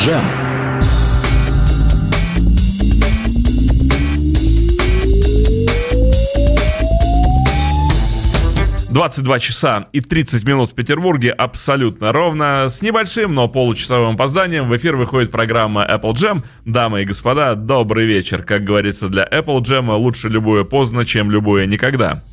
Джем. 22 часа и 30 минут в Петербурге, абсолютно ровно. С небольшим, но получасовым опозданием в эфир выходит программа Apple Jam. Дамы и господа, добрый вечер. Как говорится, для Apple Jam лучше любое поздно, чем любое никогда.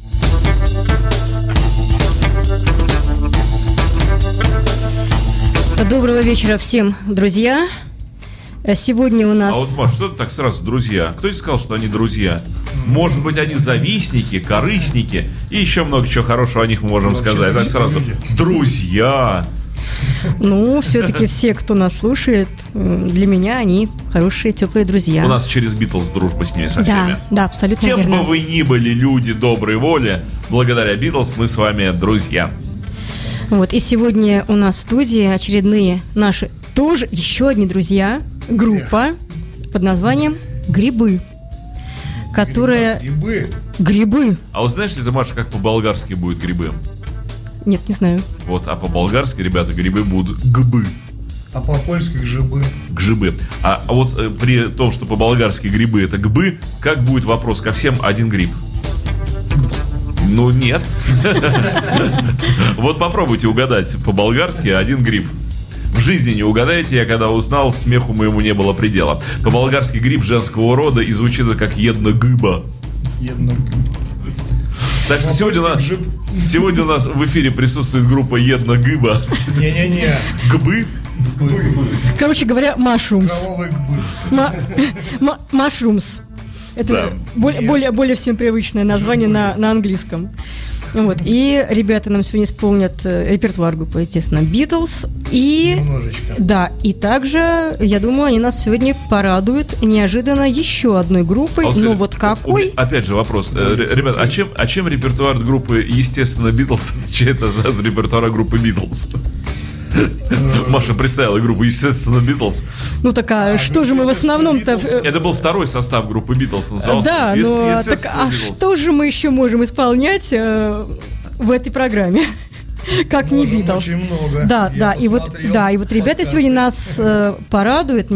Доброго вечера всем, друзья. Сегодня у нас... А вот, Маш, что ты так сразу, друзья? Кто тебе сказал, что они друзья? Может быть, они завистники, корыстники и еще много чего хорошего о них мы можем сказать. Так сразу, друзья. Ну, все-таки все, кто нас слушает, для меня они хорошие, теплые друзья. У нас через Битлз дружба с ними со всеми. Да, абсолютно верно. Кем бы вы ни были люди доброй воли, благодаря Битлз мы с вами друзья. Вот, и сегодня у нас в студии очередные наши тоже еще одни друзья. Группа под названием «Грибы», которая... Грибы. А вот знаешь ли ты, Маша, как по-болгарски будет грибы? Нет, не знаю. Вот, а по-болгарски, ребята, грибы будут гбы. А по-польски гжибы. Гжибы. А вот при том, что по-болгарски грибы это гбы, как будет вопрос ко всем один гриб? Ну, нет. Вот попробуйте угадать по-болгарски один гриб. В жизни не угадаете, я когда узнал, смеху моему не было предела. По-болгарски гриб женского рода и звучит это как една-гыба. Так что сегодня у нас в эфире присутствует группа една-гыба. Не-не-не. Гбы? Короче говоря, mushrooms. Кровавые гбы. Mushrooms. Это да. более всем привычное название на английском. Вот. И ребята нам сегодня исполнят репертуар группы, естественно, Битлз. И немножечко. Да, и также, я думаю, они нас сегодня порадуют неожиданно еще одной группой. Но вот какой? Опять же вопрос. Ребят, а чем репертуар группы, естественно, Битлз отличается от репертуара группы Битлз? Маша представила группу, естественно, Битлз. Ну такая, что же мы в основном-то... Это был второй состав группы Битлз, назывался. Да, ну так, а что же мы еще можем исполнять в этой программе? Как не Битлз. Очень много. Да, и вот ребята сегодня нас порадуют,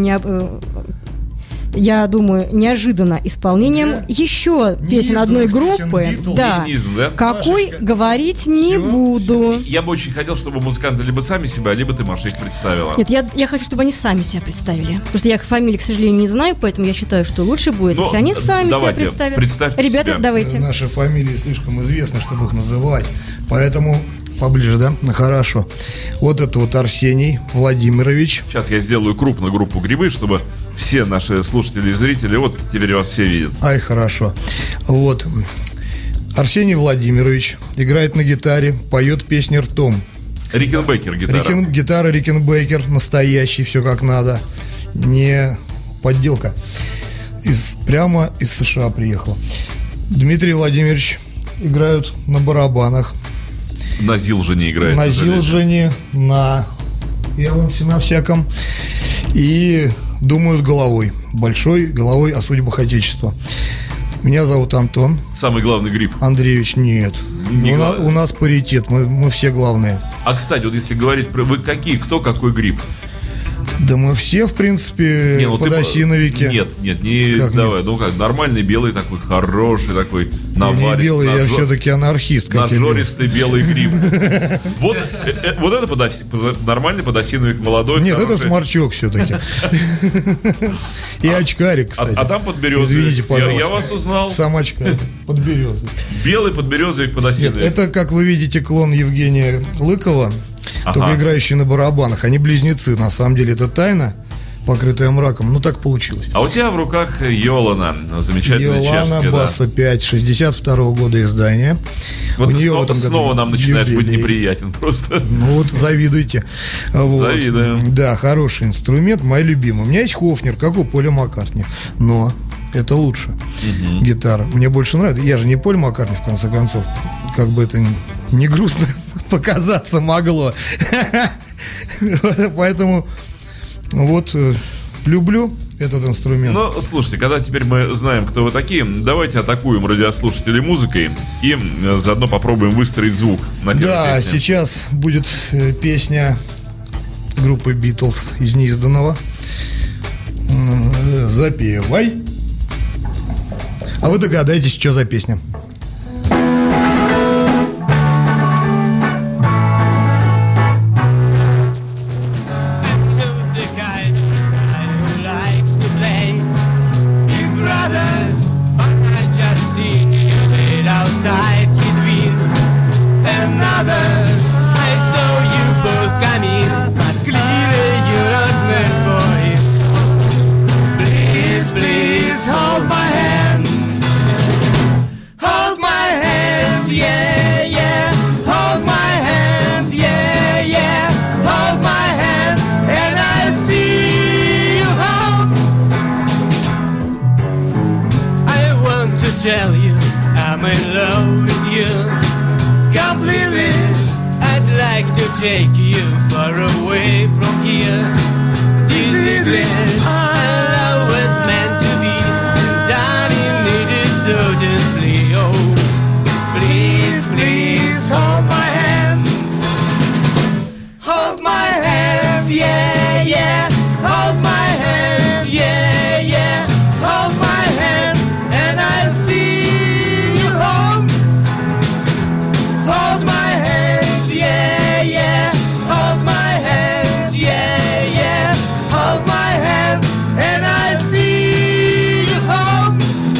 я думаю, неожиданно исполнением еще песен одной группы. Да. Какой, Машечка, говорить не буду. Я бы очень хотел, чтобы музыканты либо сами себя, либо ты, Маша, их представила. Нет, я хочу, чтобы они сами себя представили. Просто я их фамилии, к сожалению, не знаю, поэтому я считаю, что лучше будет, если они сами себя представят. Ребята, себя. давайте. Наши фамилии слишком известны, чтобы их называть. Поэтому поближе, да? Ну, хорошо. Вот это вот Арсений Владимирович. Сейчас я сделаю крупную группу грибы, чтобы все наши слушатели и зрители, вот теперь вас все видят. Ай, хорошо. Вот. Арсений Владимирович играет на гитаре, поет песни ртом. Рикенбекер гитара. Гитара Рикенбекер, настоящий, все как надо. Не подделка. Прямо из США приехал. Дмитрий Владимирович играют на барабанах. На зилжине играет. На зилжине, на эвансе, на всяком. И думают головой. Большой головой о судьбах Отечества. Меня зовут Антон. Самый главный гриб. Андреевич, нет. У нас паритет, мы все главные. А, кстати, вот если говорить про... Вы кто какой гриб? Да мы все, в принципе, подосиновики. Нет, не как давай. нет? Ну как, нормальный белый такой, хороший такой, наваристый. Я не белый, я все-таки анархист. Нажористый белый гриб. Вот это нормальный подосиновик, молодой. Нет, это сморчок все-таки. И очкарик, кстати. А там подберезовик. Извините, пожалуйста. Я вас узнал. Сам очкарик, подберезовик. Белый подберезовик, подосиновик. Нет, это, как вы видите, клон Евгения Лыкова, только играющий на барабанах. Они близнецы, на самом деле это тайна, покрытая мраком, но так получилось. А у тебя в руках Йолана, замечательная Йолана чешская, Баса 5, 62-го года издания. Вот у нее снова, в этом году снова нам начинаешь быть юбилей. неприятен просто. Ну вот, завидуйте. Вот. Завидуем. Да, хороший инструмент, мой любимый. У меня есть Хофнер, как у Поля Маккартни, но это лучше гитара. Мне больше нравится. Я же не Поль Маккартни, в конце концов. Как бы это не грустно показаться могло. Поэтому вот люблю этот инструмент. Ну, слушайте, когда теперь мы знаем, кто вы такие, давайте атакуем радиослушателей музыкой и заодно попробуем выстроить звук на первой Да, песне. сейчас будет песня группы Битлз из неизданного. Запевай. А вы догадаетесь, что за песня? Tell you I'm in love with you completely. I'd like to take you far away from here. Discipline, our love was meant to be, and darling, it is urgently. Oh, please, please hold my hand. Hold my hand, yeah, yeah. Hold my hand, yeah, yeah. Hold my hand, and I'll see you home. Hold my hand, yeah, yeah. Hold my hand, yeah, yeah. Hold my hand, and I'll see you home.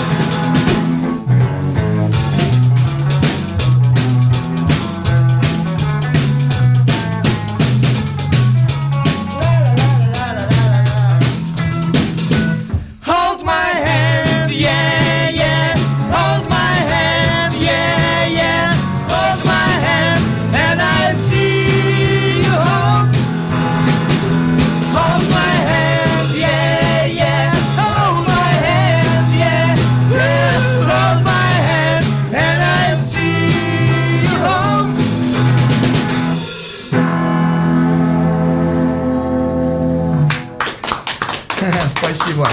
Hold my hand, yeah, yeah. Hold my hand, yeah, yeah. Hold my hand, and I'll see you home. Hold my hand, yeah, yeah. Hold my hand, yeah, yeah. Hold my hand, and I'll see you home. Спасибо.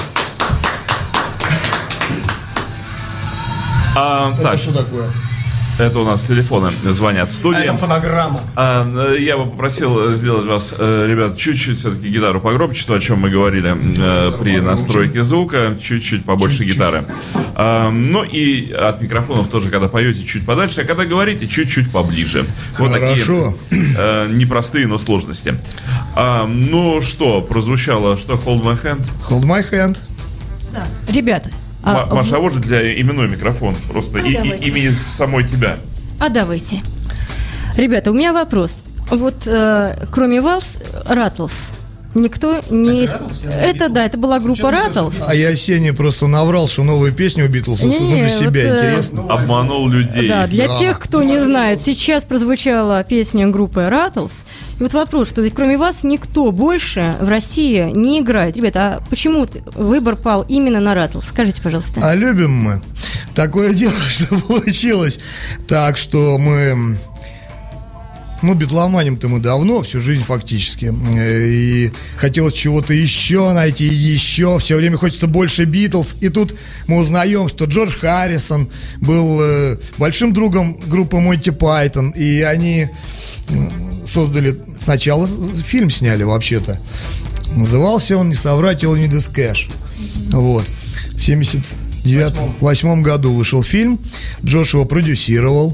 Это Так, что такое? это у нас телефоны звонят в студии. Это фонограмма. Я бы попросил сделать вас, ребят, чуть-чуть все-таки гитару погромче, то, о чем мы говорили при настройке звука, чуть-чуть побольше гитары. Ну и от микрофонов тоже, когда поете, чуть подальше, а когда говорите, чуть-чуть поближе. Вот Хорошо. такие непростые, но сложности. Ну что, прозвучало, что Hold My Hand? Hold my hand. Да. Ребята, Маша, а вот же для именной микрофон, просто давайте. имени самой тебя. давайте. Ребята, у меня вопрос. Вот кроме вас, Rattles, никто не... Это была группа Rattles. А я Сене просто наврал, что новая песня у Битлз. Ну, для себя интересно. Обманул людей. Да, для Да. тех, кто не знает, сейчас прозвучала песня группы Rattles. И вот вопрос, что ведь кроме вас никто больше в России не играет. Ребята, а почему выбор пал именно на Rattles? Скажите, пожалуйста. А любим мы. Такое дело, что получилось. Так что мы... Ну, битломаним-то мы давно, всю жизнь фактически. И хотелось чего-то еще найти, еще. Все время хочется больше Битлз. И тут мы узнаем, что Джордж Харрисон был большим другом группы Монти Пайтон. И они создали... Сначала фильм сняли, вообще-то. Назывался он, не соврать, All You Need Is Cash. Вот. В 1978 году вышел фильм. Джордж его продюсировал.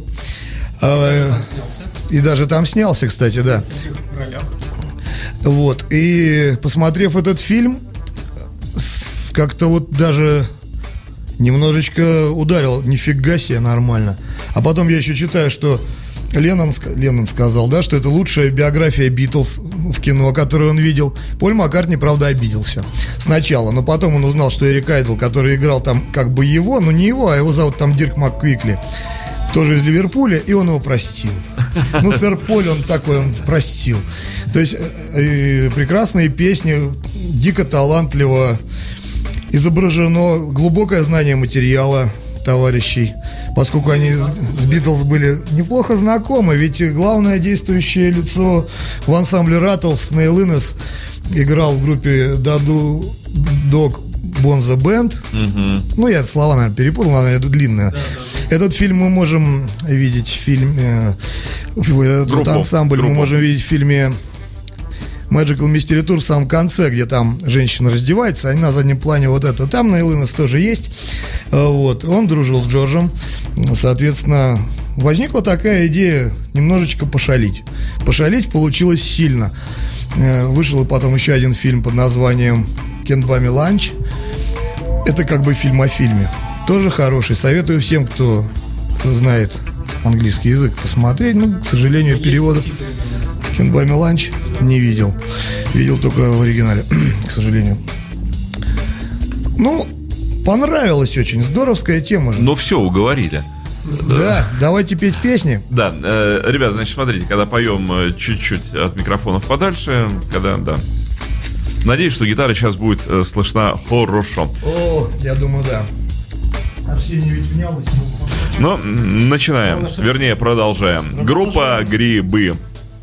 И даже там снялся, кстати, да. Вот. И посмотрев этот фильм, как-то вот даже немножечко ударил. Нифига себе, нормально. А потом я еще читаю, что Леннон сказал, да, что это лучшая биография Битлз в кино, которую он видел. Поль Маккартни, правда, обиделся сначала, но потом он узнал, что Эрик Айдл, который играл там как бы его, но не его, а его зовут там Дирк МакКвикли, тоже из Ливерпуля, и он его простил. Ну, сэр Поль, он такой, он простил. То есть прекрасные песни, дико талантливо изображено, глубокое знание материала товарищей, поскольку они с Битлз были неплохо знакомы, ведь главное действующее лицо в ансамбле Rattles, Нейл Иннес, играл в группе Даду Дог Бонза Бенд. Ну, я слова, наверное, перепутал, она длинная. Этот фильм мы можем видеть в фильме, этот ансамбль мы можем видеть в фильме Magical Mystery Tour в самом конце, где там женщина раздевается, они на заднем плане вот это. Там Нейл Иннес тоже есть. Вот. Он дружил с Джорджем. Соответственно, возникла такая идея немножечко пошалить. Пошалить получилось сильно. Вышел потом еще один фильм под названием «Can't Buy Me Lunch». Это как бы фильм о фильме. Тоже хороший. Советую всем, кто знает английский язык, посмотреть. Ну, к сожалению, перевода «Can't Buy Me Lunch» не видел. Видел только в оригинале, к сожалению. Ну, понравилась очень. Здоровская тема же. Но все, уговорили. Да, давайте петь песни. Да, ребят, значит, смотрите, когда поем чуть-чуть от микрофонов подальше, когда, да. Надеюсь, что гитара сейчас будет слышна хорошо. О, я думаю, да. Арсений ведь внял. Ну, начинаем, вернее, продолжаем. Группа «Грибы».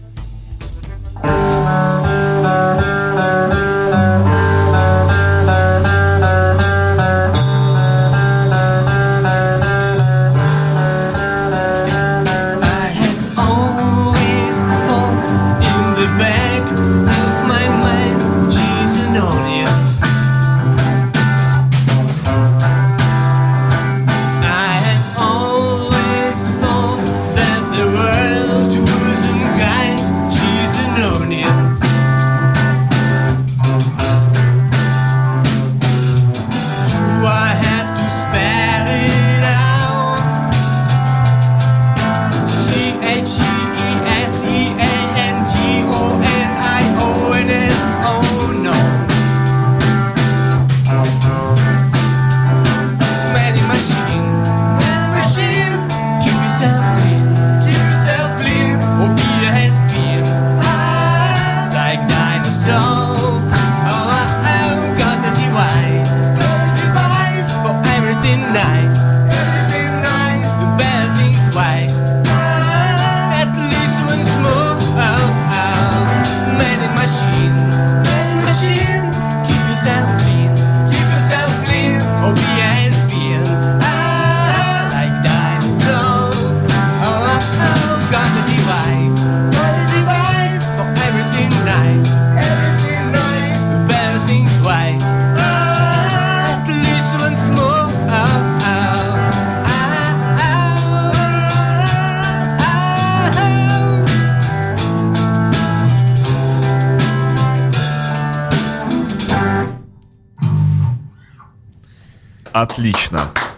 Отлично.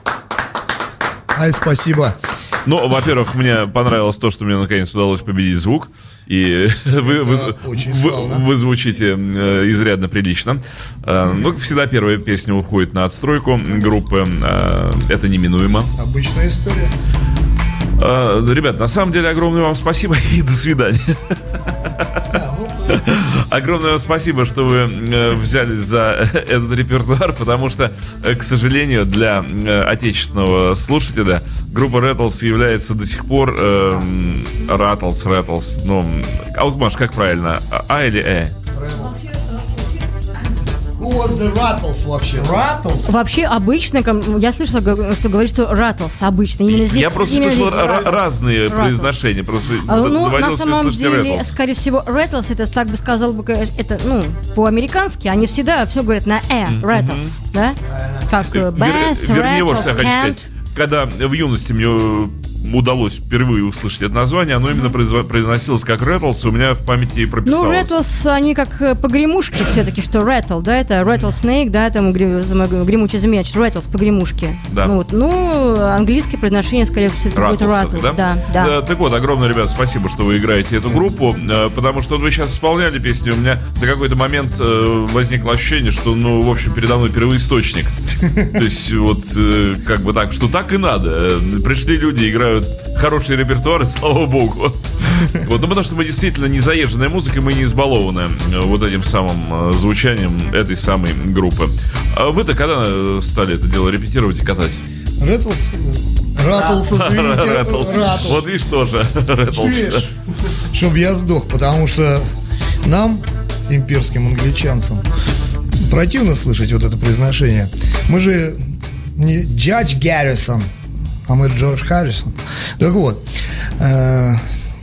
Ай, спасибо. Ну, во-первых, мне понравилось то, что мне наконец удалось победить звук. И вы звучите изрядно прилично. Ну, как всегда, первая песня уходит на отстройку группы. Это неминуемо. Обычная история. Ребят, на самом деле, огромное вам спасибо и до свидания. Огромное вам спасибо, что вы взялись за этот репертуар, потому что, к сожалению, для отечественного слушателя группа Rattles является до сих пор Rattles, ну, а вот, Маш, как правильно, А или Э? Rattles вообще? Rattles? Вообще обычно, я слышала, что говорит, что Rattles обычно. Именно здесь. Я просто слышал разные произношения. Просто ну, на самом деле, Rattles. скорее всего, Rattles, это, так бы сказал бы, это, ну, по-американски, они всегда все говорят на Rattles, да? Как Bass, Вернее, вот Rattles, что я хочу сказать. Когда в юности мне удалось впервые услышать это название, оно именно произносилось как Rattles, и у меня в памяти и прописалось. Ну, Rattles, они как погремушки все-таки, что Rattle, да, это Rattlesnake, да, там гремучий змея, Rattles, погремушки. Да. Ну, вот, ну, английское произношение, скорее всего, будет Rattles, да. Так вот, огромное, ребят, спасибо, что вы играете эту группу, потому что вы сейчас исполняли песни, у меня на какой-то момент возникло ощущение, что, ну, в общем, передо мной первоисточник. То есть, вот, как бы так, что так и надо. Пришли люди, играют хороший репертуар, и слава богу. Вот, ну, потому что мы действительно не заезженная музыка, мы не избалованы вот этим самым звучанием этой самой группы. А вы-то когда стали это дело репетировать и катать? Rattles, извините. Вот видишь, тоже Rattles. Чтоб я сдох, потому что нам, имперским англичанцам, противно слышать вот это произношение. Мы же не Джордж Гаррисон, а мы Джордж Харрисон. Так вот,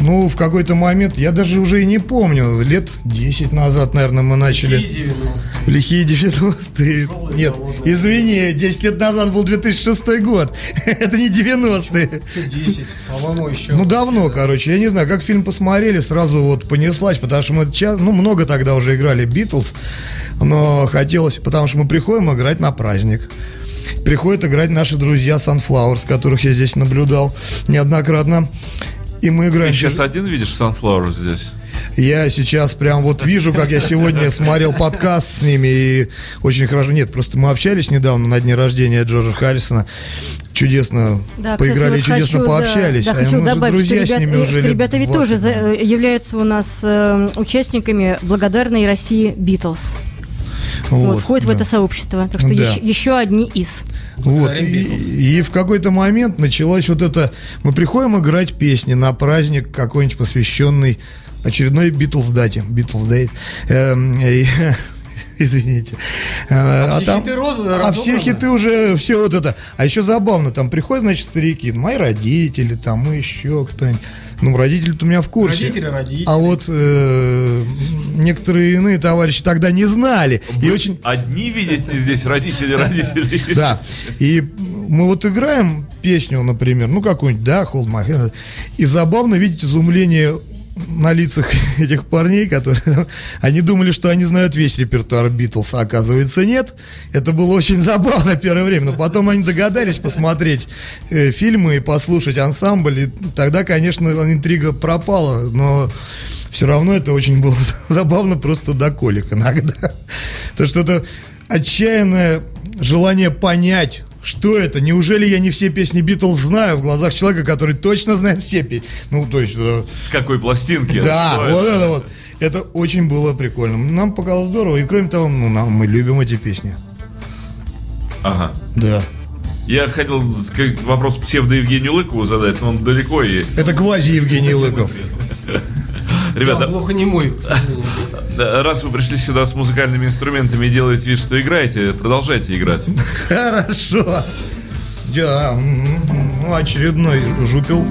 Ну, в какой-то момент, я даже уже и не помню, лет 10 назад, наверное, мы начали... Лихие 90-е. Нет, извини, 10 лет назад был 2006 год. Это не 90-е. 10, по-моему, еще. Ну, давно, короче. Я не знаю, как фильм посмотрели, сразу вот понеслась, потому что мы много тогда уже играли Битлз, но хотелось, потому что мы приходим играть на праздник. Приходят играть наши друзья Sunflowers, которых я здесь наблюдал неоднократно. И мы играем... Ты сейчас один видишь Sunflowers здесь? Я сейчас прям вот вижу, как я сегодня смотрел подкаст с ними, и очень хорошо. Нет, просто мы общались недавно на дне рождения Джорджа Харрисона. Чудесно поиграли, кстати, вот чудесно пообщались. Да, хочу мы добавить, же друзья что с ними уже лет ребята ведь 20. тоже являются у нас участниками благодарной России Битлз. Вот, входит в это сообщество. Так что еще одни из. Вот, и в какой-то момент началось вот это. Мы приходим играть песни на праздник какой-нибудь, посвященный очередной Битлз дате. Битлз Дэй. Извините. Все хиты уже, все вот это. А еще забавно, там приходят, значит, старики, мои родители, там, мы еще кто-нибудь. Ну, родители-то у меня в курсе. Родители. А вот некоторые иные товарищи тогда не знали. Вы и очень... одни видите здесь родители. Да. И мы вот играем песню, например, ну, какую-нибудь, да, Hold My Hand. И забавно видеть изумление на лицах этих парней, которые... Они думали, что они знают весь репертуар Битлз, а оказывается нет. Это было очень забавно первое время. Но потом они догадались посмотреть фильмы и послушать ансамбль. И тогда, конечно, интрига пропала. Но все равно это очень было забавно просто до колик иногда. Потому что это отчаянное желание понять, что это? Неужели я не все песни Битлз знаю в глазах человека, который точно знает все песни? Ну, то есть... С какой пластинки? Да, вот это вот. Это очень было прикольно. Нам показалось здорово. И кроме того, мы любим эти песни. Ага. Да. Я хотел вопрос псевдо-Евгению Лыкову задать, но он далеко и... Это квази-Евгений Лыков. Ребята, глухонемой. Раз вы пришли сюда с музыкальными инструментами и делаете вид, что играете, продолжайте играть. Хорошо. Да, ну, очередной жупел.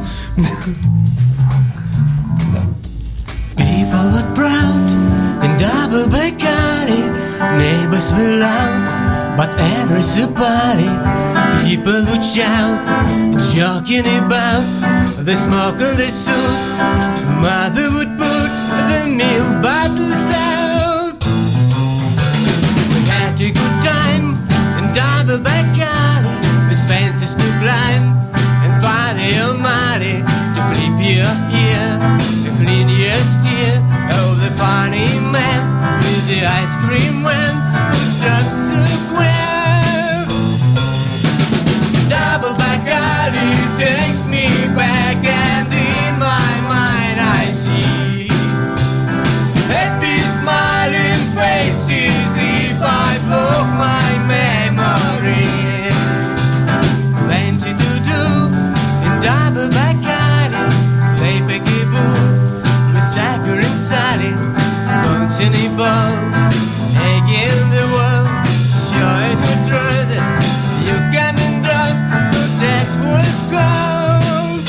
People were proud in double backali, neighbors were loud, but ever so bally. People would shout, joking about the smoke and the soup. Mother would put the milk bottles out. We had a good time in double backali, with fences to climb and find the almighty to clip your ear, to clean your steer. Oh, the funny man with the ice cream man who drugs so queer. Double backali takes me back, and in my mind I see happy smiling faces if I block my memory. Plenty to do in double backali, play peekaboo with Sacker and Sally, bouncing a ball, again the world, show it who throws it. You coming down, but that was cold.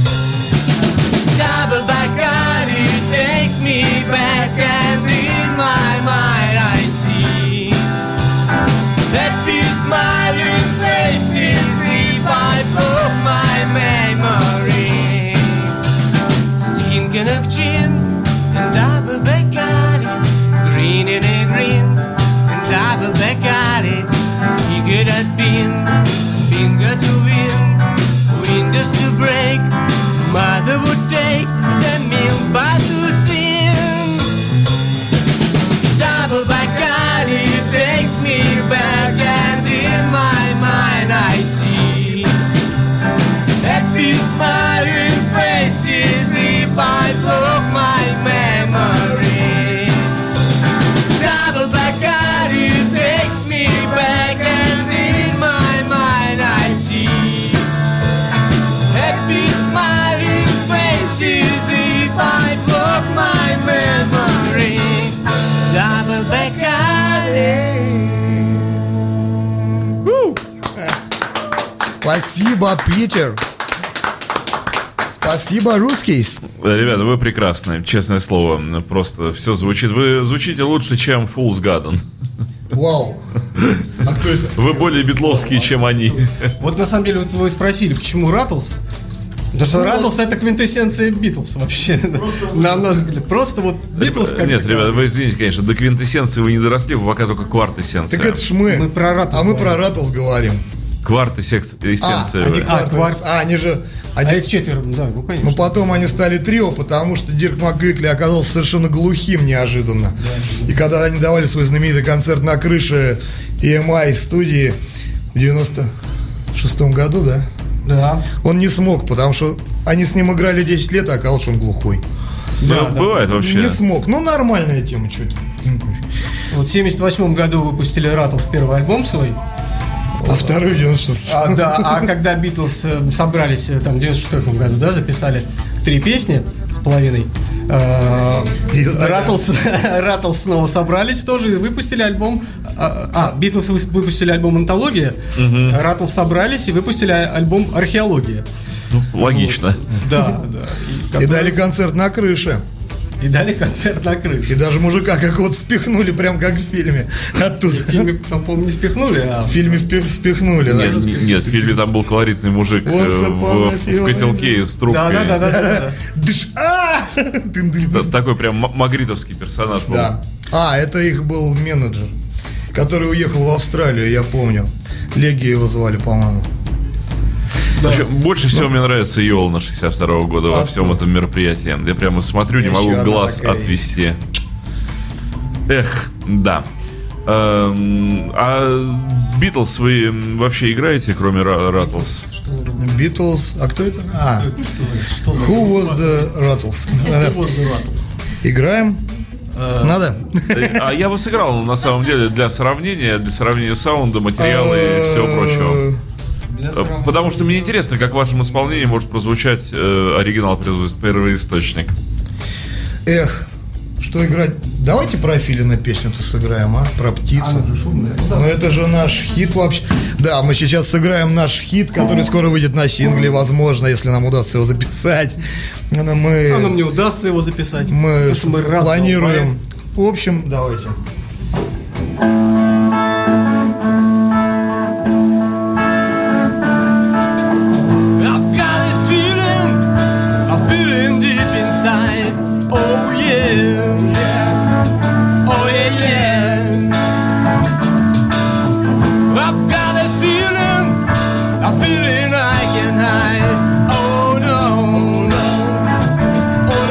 Double backali takes me back, and in my mind I see happy smiling faces if I block my memory. Stinking of gin and double backali, green in a green and double backali. He has been finger to win, windows to break. Mother would take the milk bottles in. Double backali takes me back, and in my mind I see happy smiling faces if I block my memory. Double backali takes me back, and in my mind I see happy smiling faces if I block my memory. Double backali. Спасибо, Питер. Спасибо, русский. Ребята, вы прекрасны, честное слово. Просто все звучит. Вы звучите лучше, чем Fool's Garden. Вау. А кто это? Вы более битловские, чем они. Вот на самом деле, вот вы спросили, почему Ратлс? Потому что Ратлс это квинтэссенция Битлз вообще, на наш взгляд. Просто вот Битлз как. Нет, ребята, вы извините, конечно, до квинтэссенции вы не доросли, вы пока только квартэссенция. Так это ж мы. Мы про Ратлс А мы говорим. про Ратлс говорим. Квартэссенция. Они вы. кварт. Они же... А их четверо, да, ну конечно. Но потом они стали трио, потому что Дирк МcGuickли оказался совершенно глухим неожиданно. И когда они давали свой знаменитый концерт на крыше EMI студии в 96-м году, да? Да. Он не смог, потому что они с ним играли 10 лет, а оказалось, что он глухой. Да, бывает вообще. Не смог. Ну, нормальная тема, что это. Вот в 78 году выпустили Ратлс первый альбом свой. А второй в 96-м. А когда Битлз собрались там в 94 году, да, записали 3 песни с половиной. Ратлс снова собрались тоже и выпустили альбом. Битлз выпустили альбом «Антология», Ратлс собрались и выпустили альбом «Археология». Ну, логично. Да. И дали концерт на крыше. И дали концерт на крыше. И даже мужика какого-то спихнули, прям как в фильме. Оттуда. В фильме, там, по-моему, не спихнули, а... В фильме спихнули, да? Нет, в фильме там был колоритный мужик в котелке с трубкой. Да. Дыш! А! Такой прям магритовский персонаж был. Да. Это их был менеджер, который уехал в Австралию, я помню. Леги его звали, по-моему. Вообще, больше всего мне нравится Йолна 62-го года во всем этом мероприятии. Я прямо смотрю, не могу Еще глаз одна такая отвести. Эх, да. А Битлз вы вообще играете, кроме Ратлс? Битлз. А кто это? Что за... Who was the Rattles? Who was the Rattles? Играем? Надо? А я бы сыграл, на самом деле, для сравнения саунда, материала и всего прочего. Потому что мне интересно, как в вашем исполнении может прозвучать оригинал, первоисточник. Эх, что играть? Давайте про Филина песню-то сыграем, про птицу. Ну это же наш хит вообще. Да, мы сейчас сыграем наш хит, который скоро выйдет на сингле, возможно, если нам удастся его записать. Нам не удастся его записать. Мы планируем. В общем, давайте.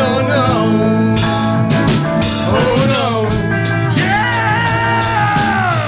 Oh no, yeah.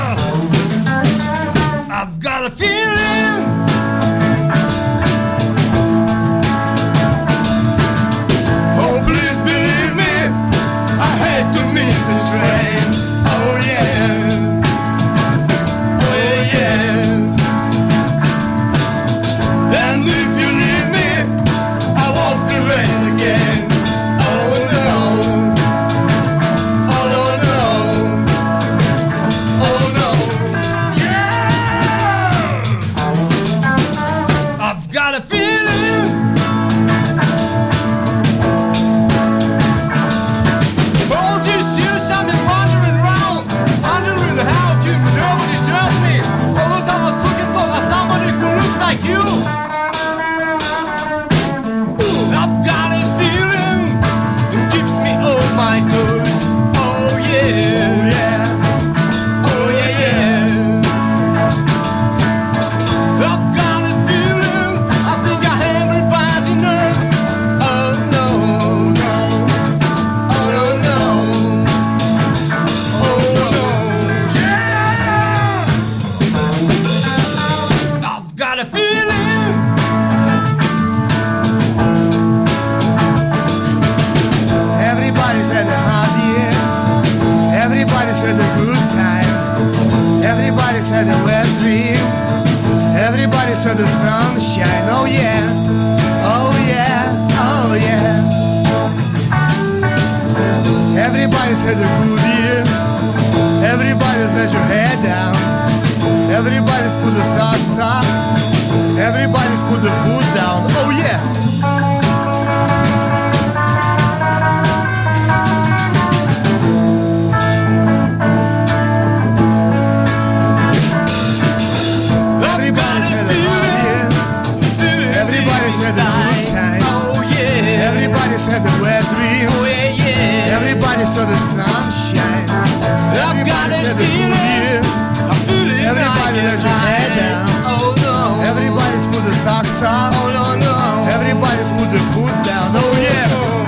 had a good time. Oh yeah. Everybody's had a wet dream. Oh yeah, yeah. Everybody saw the sunshine. I've got Everybody a said a good feeling. year. I'm feeling Everybody like let your head down. Oh no. Everybody's put the socks on. Oh no, no. Everybody's put the foot down. Oh yeah.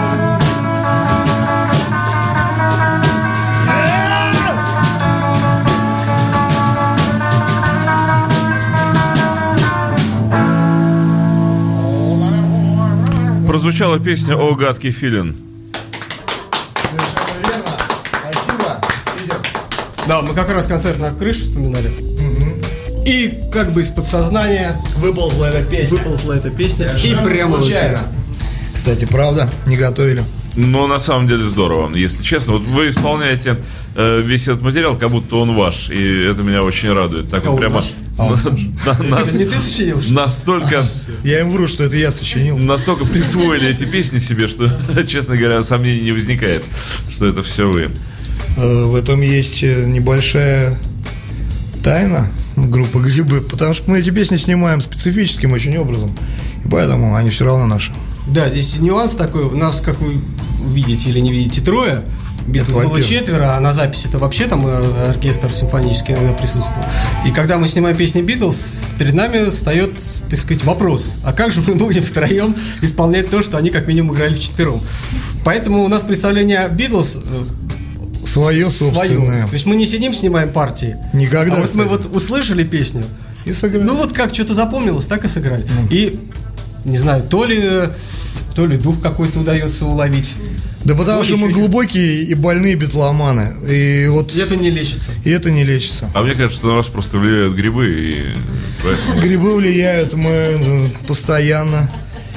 Прозвучала песня «О, гадкий филин». Совершенно верно. Спасибо. Идем. Да, мы как раз концерт на крыше вспоминали. И как бы из подсознания Выползла эта песня. выползла эта песня. Совершенно И прямо в эфир. случайно. Кстати, правда, не готовили. Но на самом деле здорово, если честно. Вот вы исполняете весь этот материал, как будто он ваш. И это меня очень радует. Так вот он прямо ваш? Это не ты сочинил? что ли? настолько Я им вру, что это я сочинил. присвоили эти песни себе, что, честно говоря, сомнений не возникает, что это все вы. В этом есть небольшая тайна группы «Грибы», потому что мы эти песни снимаем специфическим очень образом, и поэтому они все равно наши. Да, здесь нюанс такой. У нас, как вы видите или не видите, трое. Битлз было во-первых. 4, а на записи-то вообще там оркестр симфонический иногда присутствовал. И когда мы снимаем песни Битлз, перед нами встает, так сказать, вопрос: а как же мы будем втроем исполнять то, что они как минимум играли вчетвером? Поэтому у нас представление о Битлз Свое свое. собственное. То есть мы не сидим, снимаем партии. Никогда, А вот мы кстати. вот услышали песню, И сыграли. ну вот как что-то запомнилось, так и сыграли. И, не знаю, то ли дух какой-то удается уловить. Да потому то что ли мы еще глубокие и больные битломаны. И вот И это не лечится. и это не лечится. А мне кажется, что на вас просто влияют грибы, и поэтому... Грибы влияют, мы постоянно.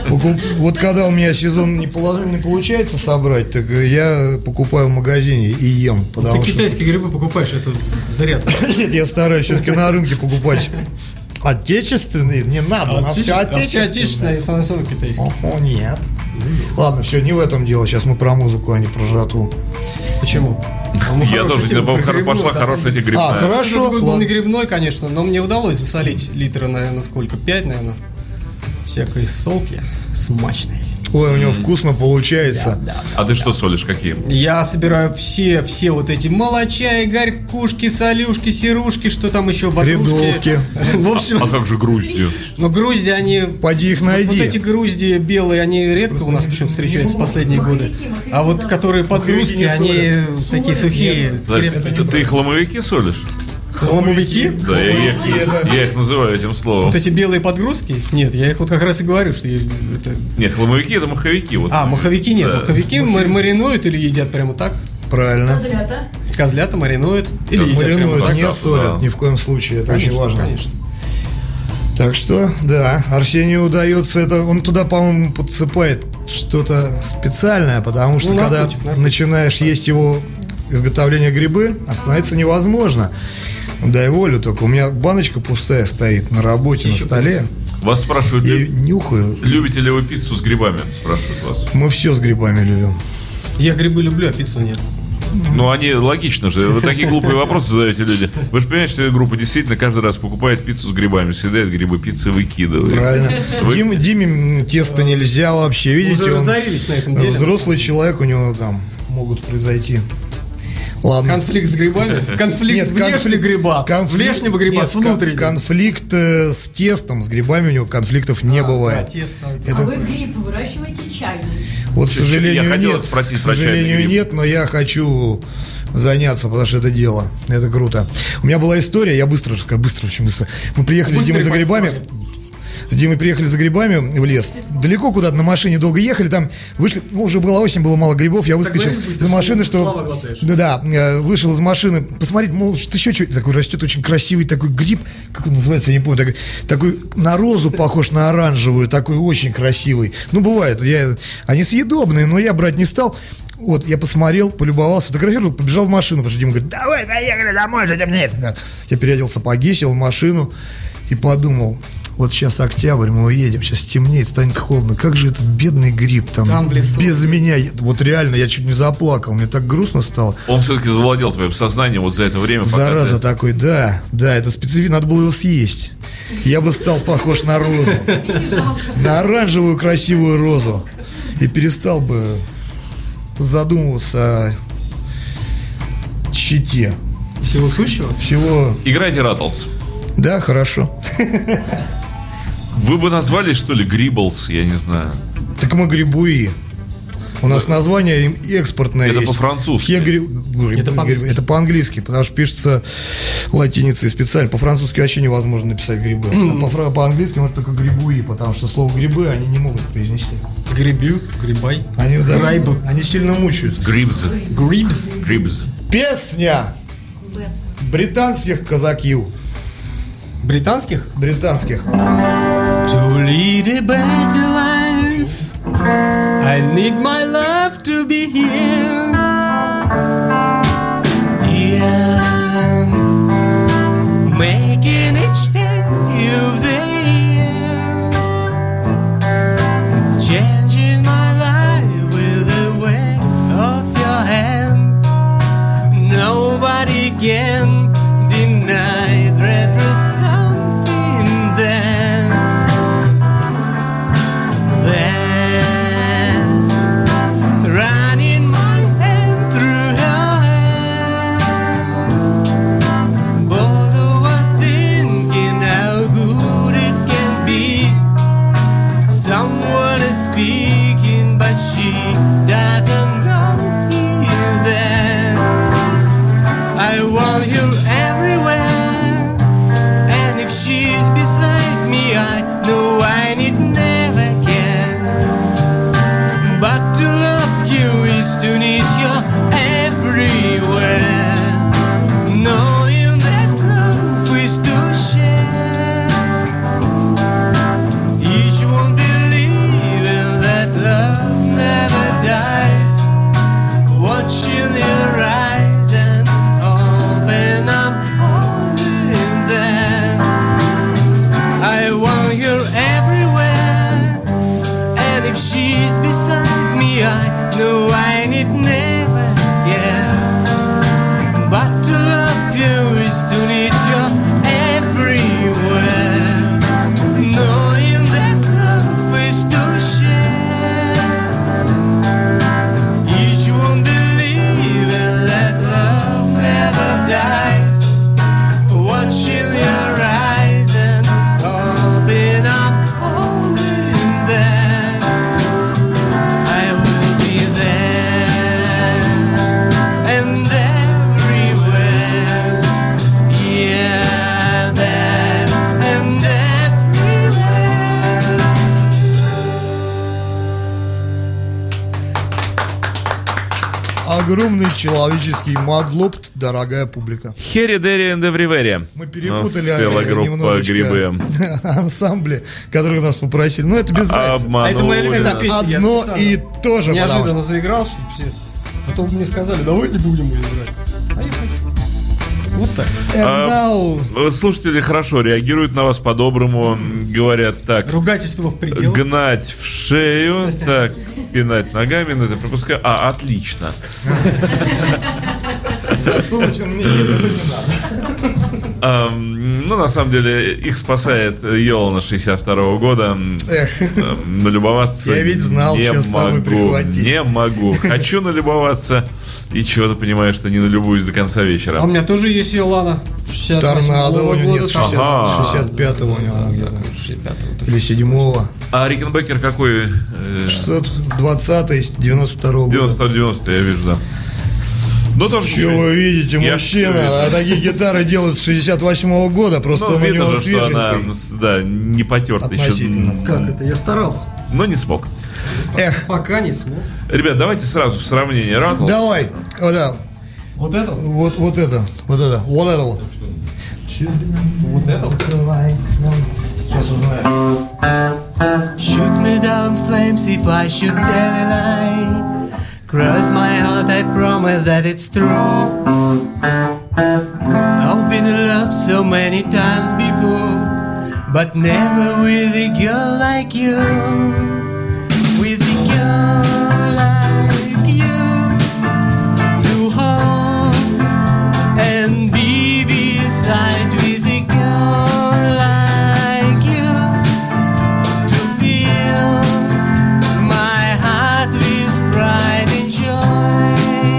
Вот когда у меня сезон не получается собрать, так я покупаю в магазине и ем. Ты Потому что... китайские грибы покупаешь, это заряд. Нет, я стараюсь все-таки на рынке покупать отечественные. Не надо, у нас все Все отечественное. отечественные, в основном китайские. Ого, нет. Ладно, все, не в этом дело. Сейчас мы про музыку, а не про жратву. Почему? Я тоже, пошла хорошая тебе грибная. Хорошо, Такой был ладно. не грибной, конечно, но мне удалось засолить литра, наверное, сколько? 5, наверное. Всякой солки смачной. Ой, у него вкусно получается. А ты что солишь, какие? Я собираю все вот эти молочаи, горькушки, солюшки, серушки, что там еще, Рядовки. В общем, А как же груздью? но грузди, они... Поди их Вот найди. эти грузди белые, они редко у нас почему-то встречаются в последние годы. А вот которые подгрузки, не они солят. такие сухие, крепкие. Ты хламовики солишь? Хламовики? Да, я их называю этим словом. Вот эти белые подгрузки? Нет, я их вот как раз и говорю, что это... Нет, хламовики это маховики. Вот. А, маховики нет. Да. Маховики маринуют или едят прямо так. Правильно. Козлята маринуют или едят прямо Маринуют, так. не Да. солят ни в коем случае. Это очень Конечно, важно. конечно. Так что, да, Арсению удается это. Он туда, по-моему, подсыпает что-то специальное, потому что Ну, когда наркотик. начинаешь есть его изготовление грибы, остановиться невозможно. Дай волю только. У меня баночка пустая стоит на работе, на столе. Вас спрашивают, Я ее нюхаю. любите ли вы пиццу с грибами? Спрашивают вас. Мы все с грибами любим. Я грибы люблю, а пиццу нет. Ну, они логично же. Вы такие глупые вопросы задаете люди. Вы же понимаете, что эта группа действительно каждый раз покупает пиццу с грибами, съедает грибы, пиццы выкидывает. Правильно. Вы- Диме тесто нельзя вообще. Видите, Уже он разорились на этом деле. взрослый человек, у него там могут произойти. Ладно. Конфликт с грибами? Конфликт внешнего гриба. Внешнего гриба с внутреннего. Конфликт с тестом, с грибами у него конфликтов не бывает. Тесто. А вы гриб выращиваете чайный? Вот, к сожалению, Я хотел нет. спросить К про чайный сожалению, гриб. нет, но я хочу заняться, потому что это дело. Это круто. У меня была история, я быстро расскажу, очень быстро. Мы приехали с Димой за грибами. С Димой приехали за грибами в лес. Далеко куда-то на машине долго ехали, там вышли, ну, уже была осень, было мало грибов, я выскочил говоришь быстро, из машины, что слова что... глотаешь. Да, вышел из машины, посмотреть, мол, что еще что-то такой растет, очень красивый такой гриб, как он называется, я не помню, такой на розу похож, на оранжевую, такой очень красивый. Ну, бывает, они съедобные, но я брать не стал. Вот, я посмотрел, полюбовался, фотографировал, побежал в машину, потому что Дима говорит, давай, поехали домой, зачем мне это? Я переоделся, сапоги, сел в машину и подумал, вот сейчас октябрь, мы уедем, сейчас темнеет, станет холодно. Как же этот бедный гриб там в лесу. без меня, вот реально, я чуть не заплакал, мне так грустно стало. Он все-таки завладел твоим сознанием вот за это время. Зараза такой, да, это специфично, надо было его съесть. Я бы стал похож на розу, на оранжевую красивую розу, и перестал бы задумываться о щите. Всего сущего? Всего. Играйте Rattles. Да, хорошо. Вы бы назвали, что ли, Грибблс, я не знаю. Так мы грибуи. У нас название экспортное Это есть. по-французски. Это по-английски. Это по-английски, потому что пишется латиницей специально. По-французски вообще невозможно написать грибы. А по-английски может только грибуи, потому что слово грибы они не могут произнести. Грибю, грибай. Они, да, Грайб. они сильно мучаются. Грибс. Грибс. Грибс. Песня британских казаків. Британских? Британских. To lead a better life, I need my love to be here. Here, making each day of the year, changing my life with the way of your hand. Nobody can deny that there's something there. Running my hand through her hair, both of us thinking how good it can be. Someone is speaking, but she doesn't know he's there. I want you everywhere, and if she's beside me, I know I need never care. But to love you is to need you everywhere. Knowing that love is to share. Each one believing that love never dies. Watching your eyes and open up holding there. I want you everywhere, and if she's beside me, I know I need never care. But to love you is to need you everywhere. Knowing that love is to share. Each one believing that love never dies. Watching your eyes and open up holding there. I will be there and everywhere. Yeah, there and everywhere. Огромный человеческий мадлопт, дорогая публика. Херри, Дерри and Everywhere. Мы перепутали Спела группа немножечко Грибы. ансамбли, которые нас попросили. Но это без разницы. Обманули. Это моя любимая нас. песня. Я Одно специально и то же. потому неожиданно заиграл, чтобы все. А то бы мне сказали, давай не будем ее играть. А я хочу. Вот так. что- And now- Слушатели хорошо реагируют на вас по-доброму. Говорят так. Ругательство в пределах. Гнать в шею, так, пинать ногами, но это пропускаю. Отлично. Засунуть мне нет, это не надо. Ну, на самом деле, их спасает Йолана 62-го года. Налюбоваться Я ведь знал, не что с собой могу. прихватить. Не могу. Хочу налюбоваться, и чего-то понимаю, что не налюбуюсь до конца вечера. А у меня тоже есть Йолана. 68-го Торнадо у него нет, года. 65-го у него где-то. 65-го. Или 7-го. А Рикенбекер какой? 620-й, 92-го года. 90, я вижу, да. Ну, тоже Что вы видите, Я мужчина, всё вижу. а такие гитары делают с 68-го года, просто Ну, он у видно него же, что она, свеженькой. да, не потерта еще. Относительно. Как это? Я старался. Но не смог. Эх, Пока не смог. Ребят, давайте сразу в сравнение Rattles. давай, вот это, Вот это? вот это. Вот это вот. Вот это? Сейчас узнаем. Shoot me down flames if I should tell a lie. Cross my heart, I promise that it's true. I've been in love so many times before. but never with a girl like you. With a girl like you, to hold and be beside. With a girl like you, to fill my heart with pride and joy.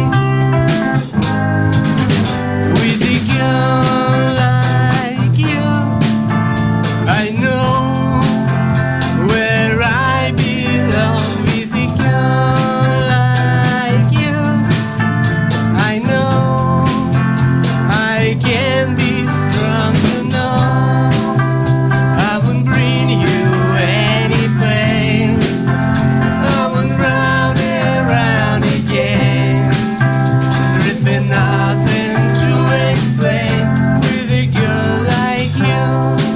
With a girl like you, I know where I belong. With a girl like you, I know I can be strong. You know I won't bring you any pain. I won't round and round again. There'd be nothing to explain with a girl like you.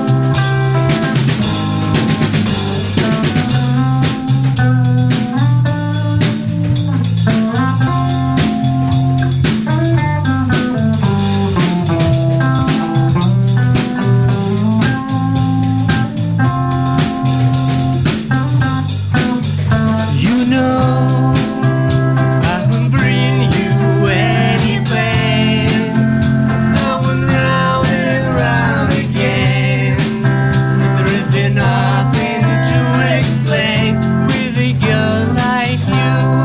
You know I won't bring you any pain. I won't round and round again. There'd be nothing to explain with a girl like you.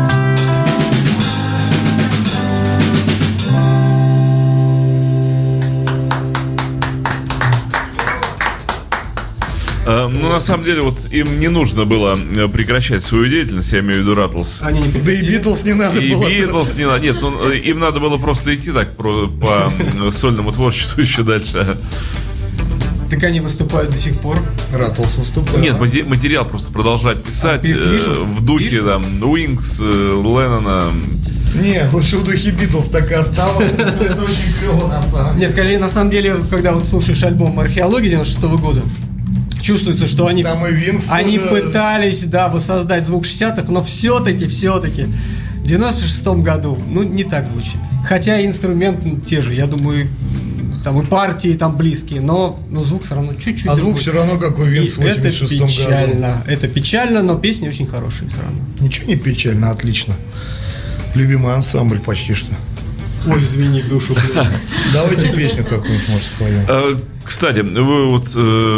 Ну, на самом деле, вот им не нужно было прекращать свою деятельность, я имею в виду Ратлс. Они не Да и прекратили. Битлз не надо И было. Битлз не надо. Нет, ну, им надо было просто идти так по сольному творчеству еще дальше. Так они выступают до сих пор. Ратлс выступал. Нет, материал просто продолжать писать пишут? в духе Пишут? там Уинкс, Леннона. Не, лучше в духе Битлз так и оставаться. Это очень клево на самом деле. Нет, скажи, на самом деле, когда вот слушаешь альбом «Археология» 96 года, чувствуется, что они, Там и Винкс они тоже. пытались, да, воссоздать звук 60-х, но все-таки в 96-м году, ну, не так звучит. Хотя инструменты те же, я думаю, там и партии там близкие, но звук все равно чуть-чуть А звук другой. все равно как у Винкс в И это 86 году. печально. Это печально, но песни очень хорошие все равно. Ничего не печально, отлично. Любимый ансамбль почти что. Ой, извини, в душу. Давайте песню какую-нибудь, может, споем. Кстати, вы вот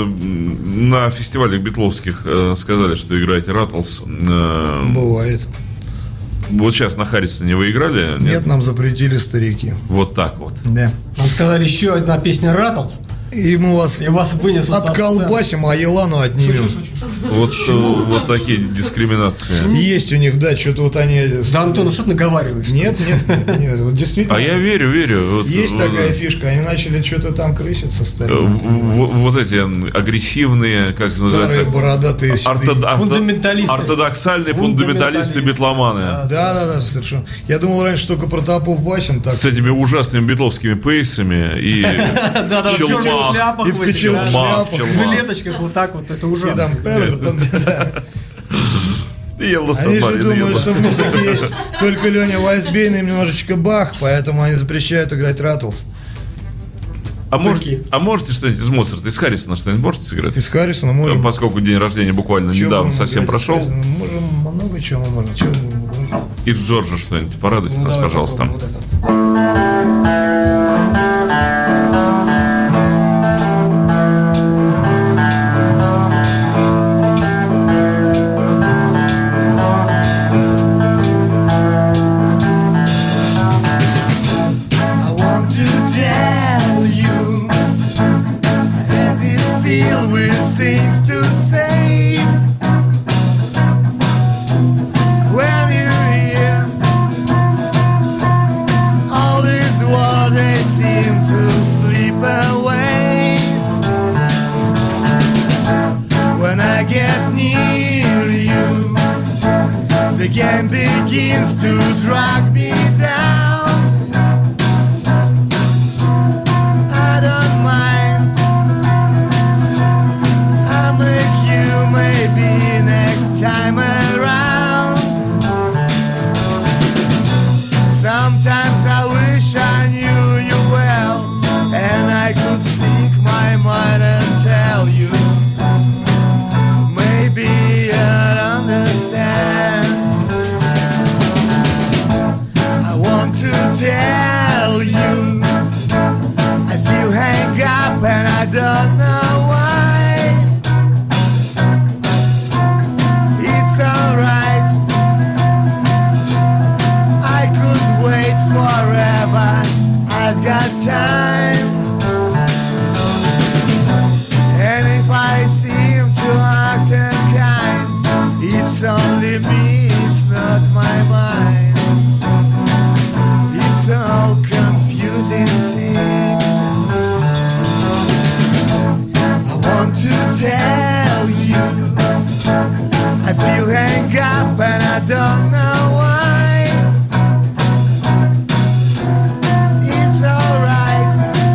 на фестивалях битловских сказали, что играете Ратлс. Бывает. Вот сейчас на Харрисоне вы играли? Нет, нам запретили старики. Вот так вот. Да. Нам сказали еще одна песня «Ратлс», И мы вас и вас вынесут со сцены. отколбасим, а Елану отнимем. Вот такие дискриминации. Есть у них, да, что-то вот они... Да, Антон, ну что ты наговариваешь? Нет, вот действительно. А я верю. Вот, Есть вот, такая фишка, они начали что-то там крыситься, стали. вот эти агрессивные, как Старые называется, бородатые седые. Фундаменталисты. ортодоксальные фундаменталисты битломаны. Да, совершенно. Я думал раньше только Протопоп Васин так. С этими ужасными битловскими пейсами и Да, в черных челмах. шляпах, И в в этих, кочелах, да, в в жилеточках вот так вот, это И ужасно. там, да. Yellow Они же Submarine, думают, Yellow. что в музыке есть только Леня Вайсбейн и немножечко Бах, поэтому они запрещают играть Ратлс. А Такие. можете что-нибудь из Моцарта, из Харрисона что-нибудь можете сыграть? Из Харрисона можем. Поскольку день рождения буквально Чё недавно будем совсем играть из прошел. Харрисона? Можем много чего мы можем. Чё мы будем? И Джорджа что-нибудь порадуйте Ну, нас, давай пожалуйста. попробуем вот это. I want to tell you that it's filled with things to say. When you're here, all these words they seem to slip away. When I get near you, the game begins to drag me down. I don't mind. I'll make you maybe next time around. Sometimes I wish I knew you well, and I could speak my mind and tell you feel hang up and I don't know why. It's alright,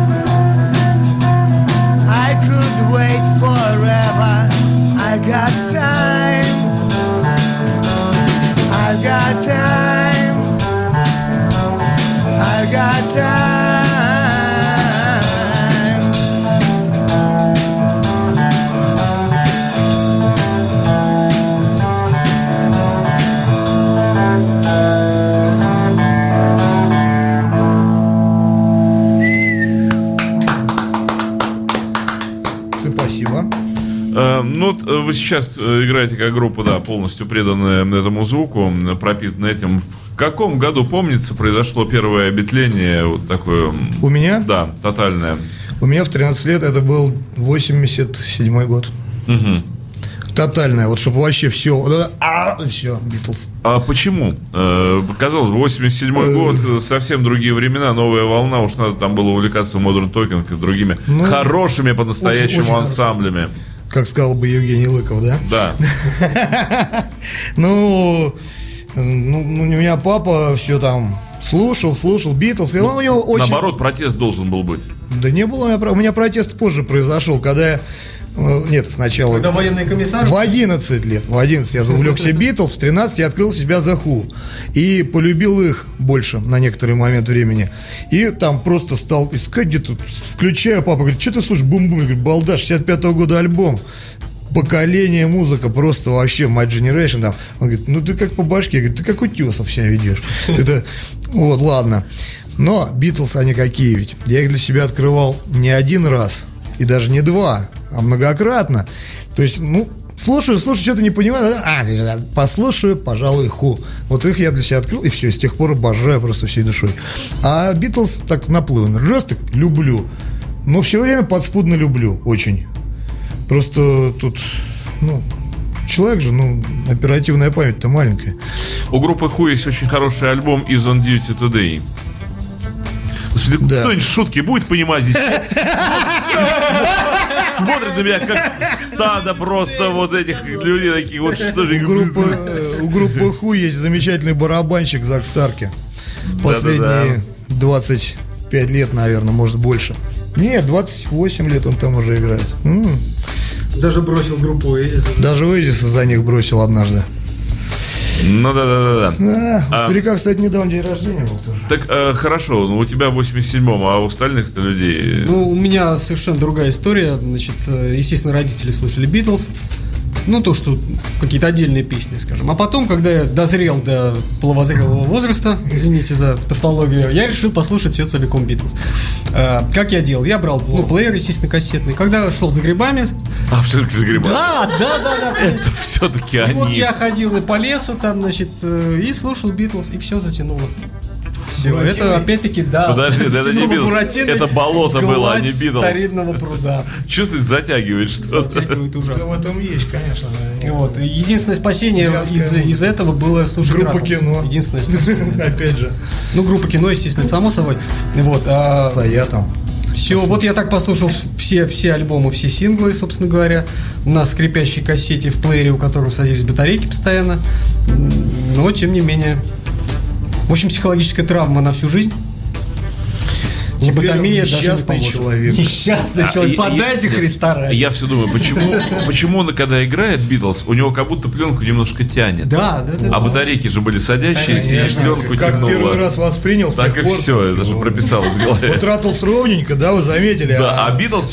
I could wait forever. I got time, I got time, I got time. Спасибо. Ну, вы сейчас играете как группа, да, полностью преданная этому звуку, пропитанная этим. В каком году, помнится, произошло первое обетление вот такое? У меня? Да, тотальное. У меня в 13 лет это был 87-й год. Угу. Тотальное, вот чтобы вообще все, все, Битлз. А почему? Казалось бы, 87-й год, совсем другие времена, новая волна, уж надо там было увлекаться Modern Talking и другими хорошими по-настоящему очень ансамблями. Как сказал бы Евгений Лыков, да? Да. Ну, у меня папа все там слушал Битлз, и он у него очень... Наоборот, протест должен был быть. Да не было, у меня протест позже произошел, когда я... Нет, сначала... Когда военный комиссар... В 11 лет. В 11 я увлекся Битлз, в 13 я открыл себя The Who. И полюбил их больше на некоторый момент времени. И там просто стал искать где-то, включаю, папа говорит, что ты слушаешь, бум-бум, я говорю, балда, 65-го года альбом. Поколение, музыка, просто вообще My Generation там. Он говорит, ну ты как по башке, я говорю, ты как утесов себя ведешь. Это, вот, ладно. Но Битлз, они какие ведь. Я их для себя открывал не один раз, и даже не два, а многократно. То есть, слушаю, что-то не понимаю. Послушаю, пожалуй, Ху. Вот их я для себя открыл, и все, с тех пор обожаю просто всей душой. А Битлз так наплывом. Раз так люблю, но все время подспудно люблю, очень. Просто тут, человек же, оперативная память-то маленькая. У группы Who есть очень хороший альбом Is on Duty Today. Господи, да. Кто-нибудь шутки будет понимать здесь? Смотрит на меня как стадо просто вот этих людей таких вот, что же. У группы Who есть замечательный барабанщик Зак Старки. Последние 25 лет, наверное, может больше. Нет, 28 лет он там уже играет. Даже бросил группу Oasis. Даже Oasis за них бросил однажды. Ну да. У старика, кстати, недавно день рождения был тоже. Так, хорошо, у тебя в 87-м, а у остальных-то людей... У меня совершенно другая история. Значит, естественно, родители слушали Битлз. То, что какие-то отдельные песни, скажем. А потом, когда я дозрел до половозрелого возраста, извините за тавтологию, я решил послушать все целиком Битлз. Как я делал? Я брал плеер, естественно, кассетный. Когда шел за грибами... А, все-таки за грибами? Да. Это все-таки они. И вот я ходил и по лесу там, значит, и слушал Битлз, и все затянуло. Все, это опять-таки, да. Подожди, это не Битлз, это болото было, а не Битлз. Старинного пруда. Чувствует, затягивает что-то. Затягивает ужасно. Да, в этом есть, конечно. Вот. Единственное спасение из этого было слушать группа Ратлз. Кино. Единственное спасение. Опять же. Группа Кино, естественно, само собой. Вот. Я там. Все, вот я так послушал все альбомы, все синглы, собственно говоря, на скрипящей кассете в плеере, у которого садились батарейки постоянно. Но, тем не менее... В общем, психологическая травма на всю жизнь. Лоботомия даже не поможет. Человек. Несчастный человек. Подайте Христа ради. Я все думаю, почему он, когда играет Битлз, у него как будто пленку немножко тянет. Да. А батарейки же были садящиеся, и пленку как тянуло. первый раз воспринял, с так тех и пор все, это же прописалось в голове. Вот Ратлз ровненько, да, вы заметили. Да, а Битлз...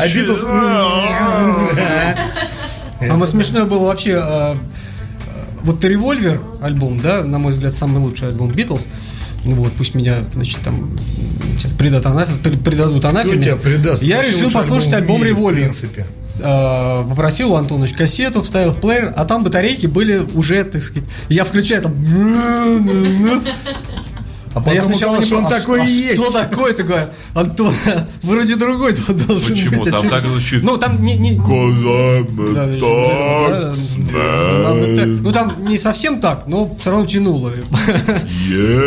Самое смешное было вообще... Вот «Револьвер» альбом, да, на мой взгляд, самый лучший альбом Битлз. Вот, пусть меня, значит, там сейчас предадут анафеме. Я решил послушать альбом «Револьвер». В принципе. Попросил у Антона кассету, вставил в плеер, а там батарейки были уже, так сказать, я включаю там. А потом я сначала что он такой и есть. Что такое? Ты говоришь, Антон, вроде другой должен быть. Почему? Там так звучит. Там не. Там не совсем так, но все равно тянуло.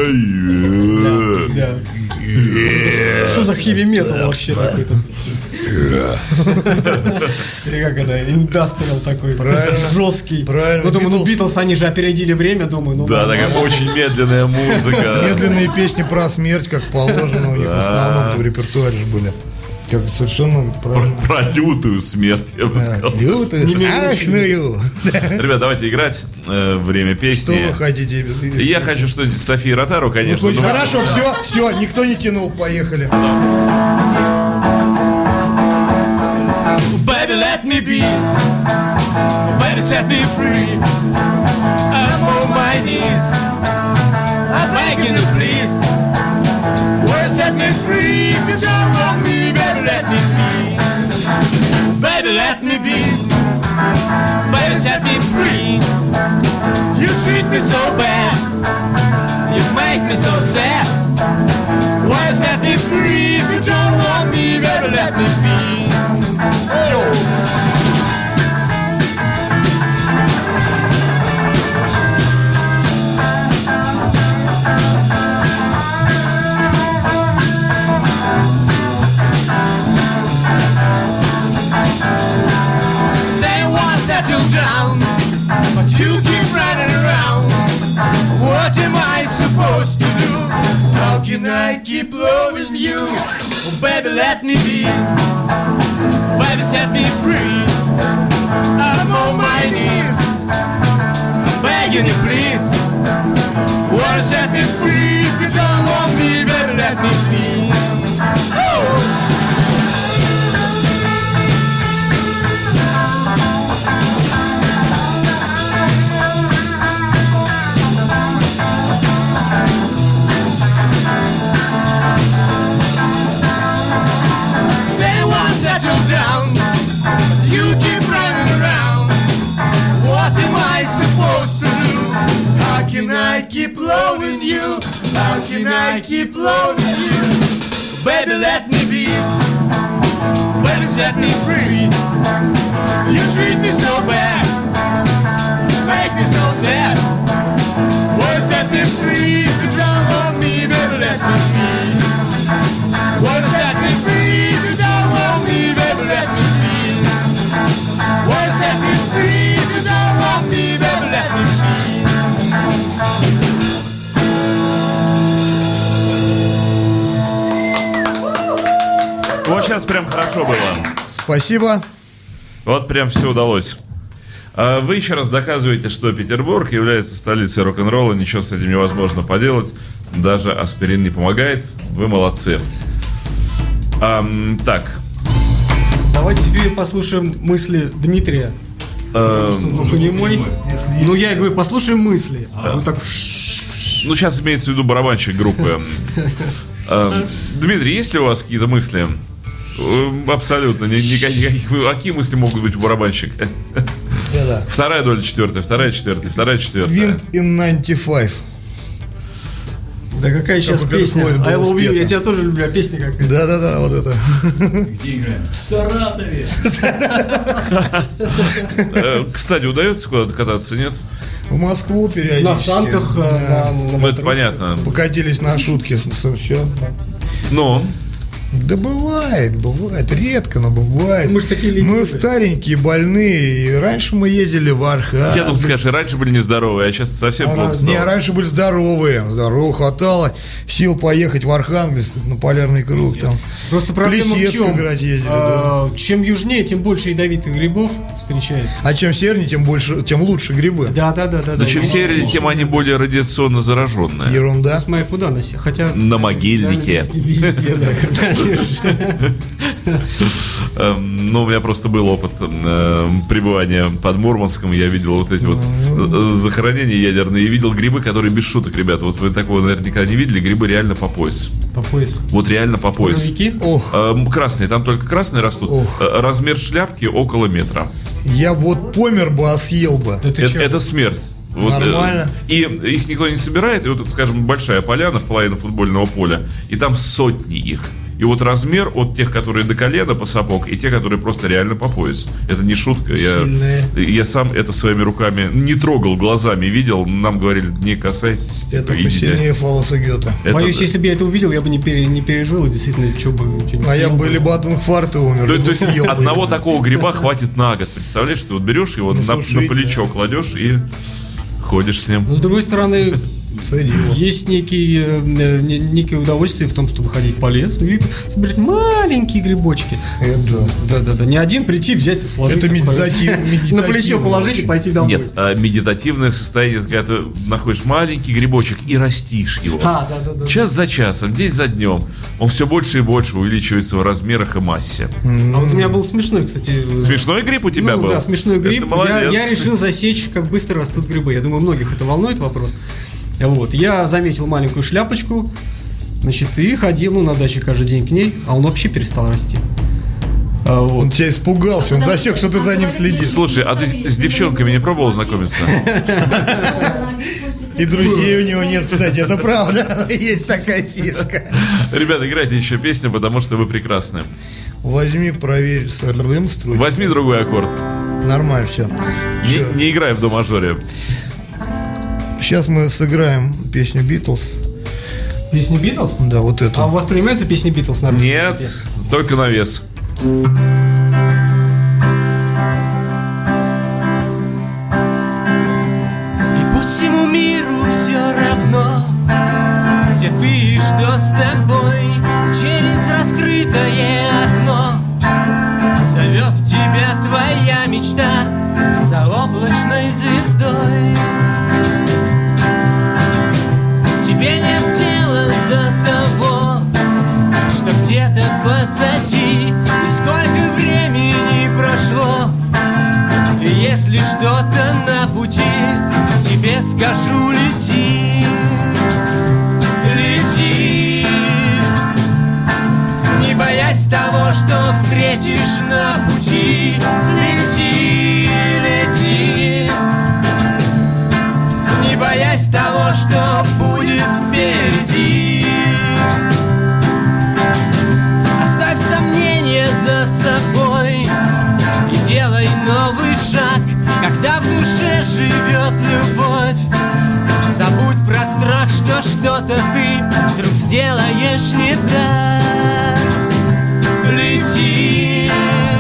Что за хэви-метал вообще какой-то? Или как это, индастриал такой, жесткий. Правильно. Ну, думаю, Битлз, они же опередили время, думаю, ну Да, нормально. такая очень медленная музыка. Медленные песни про смерть, как положено, у них в основном в репертуаре же были. Как совершенно правильно. Про лютую смерть, я бы сказал. Лютую, страшную. Ребят, давайте играть. Время Что песни. вы хотите? Я хочу что-нибудь с Софией Ротару, конечно. Ну, но- хорошо, все, никто не тянул, поехали. Baby, let me be. Baby, set me free. I'm on my knees. I'm begging you, please. Well, set me free. If you don't want me, baby, let me be. Baby, let me be. Baby, set me free. You treat me so bad. You make me so sad. Well, set me free. If you don't want me, baby, let me be. Say one settle down, but you keep running around. What am I supposed to do? How can I keep loving you? Oh, baby, let me be. Baby, set me free. I'm on my knees. I'm begging you, please. Wanna set me free? If you don't want me, baby, let me be. Oh. Say one settle down, but you keep running around. What am I supposed to do? How can I keep loving you? How can I keep loving you? Baby, let me be. Baby, set me free. You treat me so bad, make me so sad. Well, set me free. If you don't want me, baby, let me be. Well, set me free. If you don't want me, baby, let me be. Well, set me free. If you don't want me, baby, let me be. Вот сейчас прям хорошо было. Спасибо. Вот прям все удалось. А вы еще раз доказываете, что Петербург является столицей рок-н-ролла. Ничего с этим невозможно поделать. Даже аспирин не помогает. Вы молодцы. Так. Давайте теперь послушаем мысли Дмитрия. Потому что он глухонемой. Ну, я говорю, послушаем мысли. Ну, так... Ну, сейчас имеется в виду барабанщик группы. Дмитрий, есть ли у вас какие-то мысли? Абсолютно никаких. Какие мысли могут быть у барабанщика? Да. Вторая доля четвертая, вторая четвертая, вторая четвертая. Wind in 95. Да какая сейчас Чтобы песня? перед I было love you, спето. я тебя тоже люблю, а песня какая? Да, вот это. Где играем? В Саратове. Кстати, удается куда-то кататься, нет? В Москву периодически. На санках, Да. на Ну, это матросах. понятно. Покатились на шутки. Все. Но Да бывает, редко, но бывает. Мы ж такие ленивые. Мы старенькие, больные, и раньше мы ездили в Архангельск. я думаю, скажешь, раньше были нездоровые, а сейчас совсем плохо Не, стало. раньше были здоровые, хватало сил поехать в Архангельск на Полярный круг, там Просто проблема в Плесецк чем? играть ездили. Чем южнее, тем больше ядовитых грибов встречается. А чем севернее, тем лучше грибы. Да. Но чем севернее, тем они более радиационно зараженные. Ерунда. Смотри, куда на се- хотя... На могильнике. Да, везде, да. Ну, у меня просто был опыт пребывания под Мурманском. Я видел вот эти вот захоронения ядерные. И видел грибы, которые без шуток, ребята. Вот вы такого наверняка не видели. Грибы реально по пояс. По пояс. Вот реально по пояс. Боровики? Ох, Красные, там только красные растут. Ох. Размер шляпки около метра. я вот помер бы, а съел бы. Да ты чё? Это смерть. Вот, Нормально. И их никто не собирает. И вот, скажем, большая поляна в половину футбольного поля. И там сотни их. И вот размер от тех, которые до колена по сапог, и те, которые просто реально по пояс. Это не шутка. Я сам это своими руками не трогал, глазами видел. Нам говорили, не касайтесь. Это посильнее фалоса Гёте. Боюсь, если бы я это увидел, я бы не пережил, и действительно, что бы ничего не съел. А я бы либо от инфаркта умер, то есть одного такого гриба хватит на год. Представляешь, ты вот берешь его на плечо кладешь и ходишь с ним. Но с другой стороны, есть некие удовольствия в том, чтобы ходить по лесу и собирать маленькие грибочки. Да. Не один прийти, взять, сложить. Это медитативно. На плечо положить и пойти домой. Нет, медитативное состояние, когда ты находишь маленький грибочек и растишь его. Да. Час за часом, день за днем. Он все больше и больше увеличивается в размерах и массе. А вот у меня был смешной, кстати. Смешной гриб у тебя был? Да, смешной гриб. Я решил засечь, как быстро растут грибы. Я думаю, многих это волнует вопрос. Вот, я заметил маленькую шляпочку, значит, и ходил, на даче каждый день к ней, а он вообще перестал расти. Он тебя испугался, он засек, что ты за ним следишь. Слушай, а ты с девчонками не пробовал знакомиться? И друзей у него нет, кстати, это правда. Есть такая фишка. Ребята, играйте еще песню, потому что вы прекрасны. Возьми, проверь строчку. Возьми другой аккорд. Нормально все. Не играй в до-мажоре. Сейчас мы сыграем песню Битлз. Песню Битлз? Да, вот эту. А у вас принимается песня Битлз на русском? Нет, только на вес. И пусть всему миру все равно, где ты и что с тобой, через раскрытое окно зовет тебя твоя мечта за облачной звездой. Тебе нет дела до того, что где-то позади, и сколько времени прошло. И если что-то на пути, тебе скажу: лети, лети, не боясь того, что встретишь на пути. Лети, лети, не боясь того, что будет впереди. Оставь сомнения за собой и делай новый шаг. Когда в душе живет любовь, забудь про страх, что что-то ты вдруг сделаешь не так. Лети,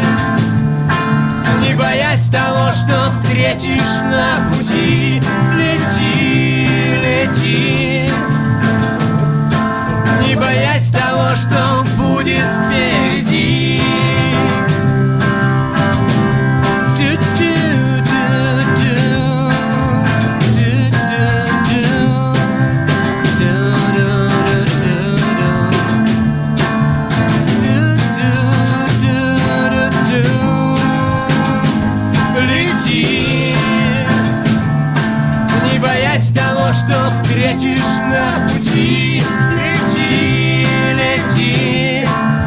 не боясь того, что встретишь на пути. Лети, лети, не боясь того, что будет впереди. Что встретишь на пути. Лети, лети,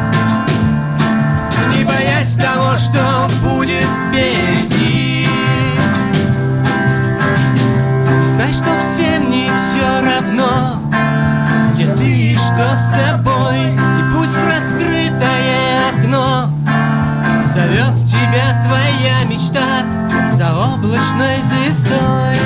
не боясь того, что будет впереди. Знай, что всем не все равно, где ты и что с тобой. И пусть в раскрытое окно зовет тебя твоя мечта за облачной звездой.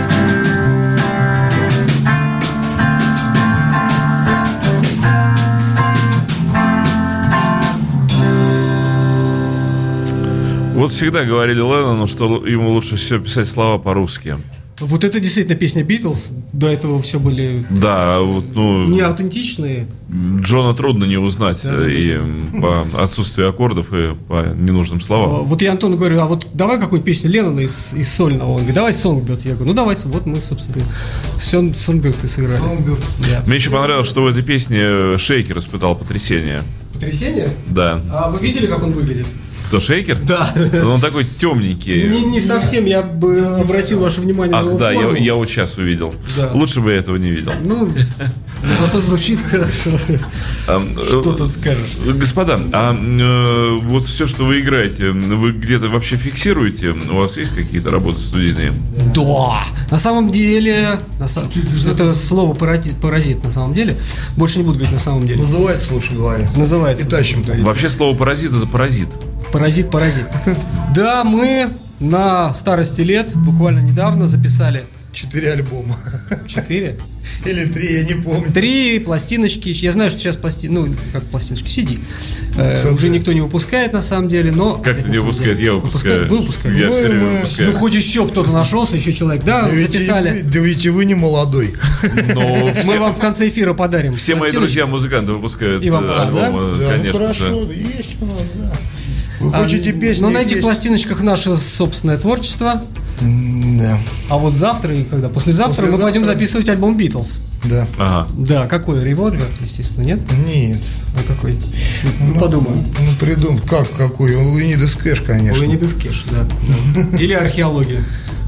Вот всегда говорили Леннону, что ему лучше всего писать слова по-русски. Вот это действительно песня Битлз. До этого все были не аутентичные. Джона трудно не узнать и по отсутствию аккордов, и по ненужным словам. Вот я Антону говорю, а вот давай какую-нибудь песню Леннона из сольного. Он говорит, давай Songbird. Я говорю, ну давай, вот мы, собственно, Songbird и сыграли. Мне еще понравилось, что в этой песне Шейкер испытал потрясение. Потрясение? Да. А вы видели, как он выглядит? Кто, Шейкер? Да. Он такой темненький. Не совсем, я бы обратил ваше внимание на его Ах, да, форму. я вот сейчас увидел. Да. Лучше бы я этого не видел. Ну, зато звучит хорошо. Что тут скажешь? Господа, вот все, что вы играете, вы где-то вообще фиксируете? У вас есть какие-то работы студийные? Да. На самом деле, что это слово паразит на самом деле. Больше не буду говорить на самом деле. Называется, лучше говоря. Называется. И тащим-то. Вообще слово паразит — это паразит. Паразит. Да, мы на старости лет буквально недавно записали 4 альбома. 4? Или 3, я не помню. 3 пластиночки. Я знаю, что сейчас пластиночки CD. Уже никто не выпускает на самом деле, но... Как ты не выпускает? Я выпускаю. Вы выпускаете? Я все время Ну, выпускаю. хоть еще кто-то нашелся, еще человек, да, записали. Да ведь и вы не молодой. Но Мы вам в конце эфира подарим. все мои пластиночки. друзья-музыканты выпускают И вам альбомы, Да, конечно ну хорошо, же. есть у нас, да. Вы хотите песни? Но на этих есть. пластиночках наше собственное творчество. Да, А вот завтра и когда? Послезавтра мы Послезавтра. пойдем записывать альбом Beatles. да. Ага. Да, какой? Револьвер, естественно, нет? Нет. А какой? Ну, подумаем. Ну, придумал. Какой? Он Луни Дескэш, конечно. Вы не Дескеш, да. Или археология.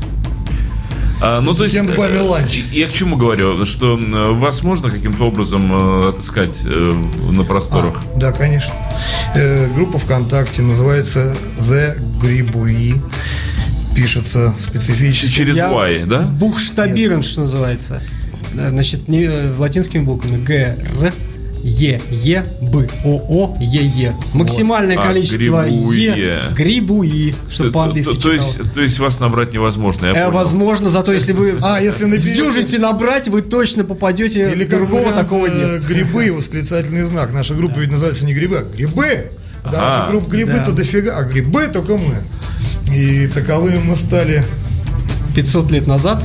Ну, то есть, Кент-Бами Ланч. я к чему говорю, что вас можно каким-то образом отыскать на просторах? Да, конечно. Группа ВКонтакте называется The Gribui. Пишется специфически. Через Y, да? Бухштабирен, что называется. Значит, латинскими буквами. Г, Р, Е, Е, Б, О, О, Е, Е. Максимальное А, количество Грибуи. Е. Грибуи, чтобы по-английски То есть вас набрать невозможно, я понял. возможно, зато если вы если наберете- сдюжите набрать, вы точно попадете. Или как другого вариант, такого нет. грибы, восклицательный знак. Наша группа ведь называется не грибы, а грибы. Потому Ага. что групп грибы-то Да. дофига, а грибы только мы. И таковыми мы стали, 500 лет назад.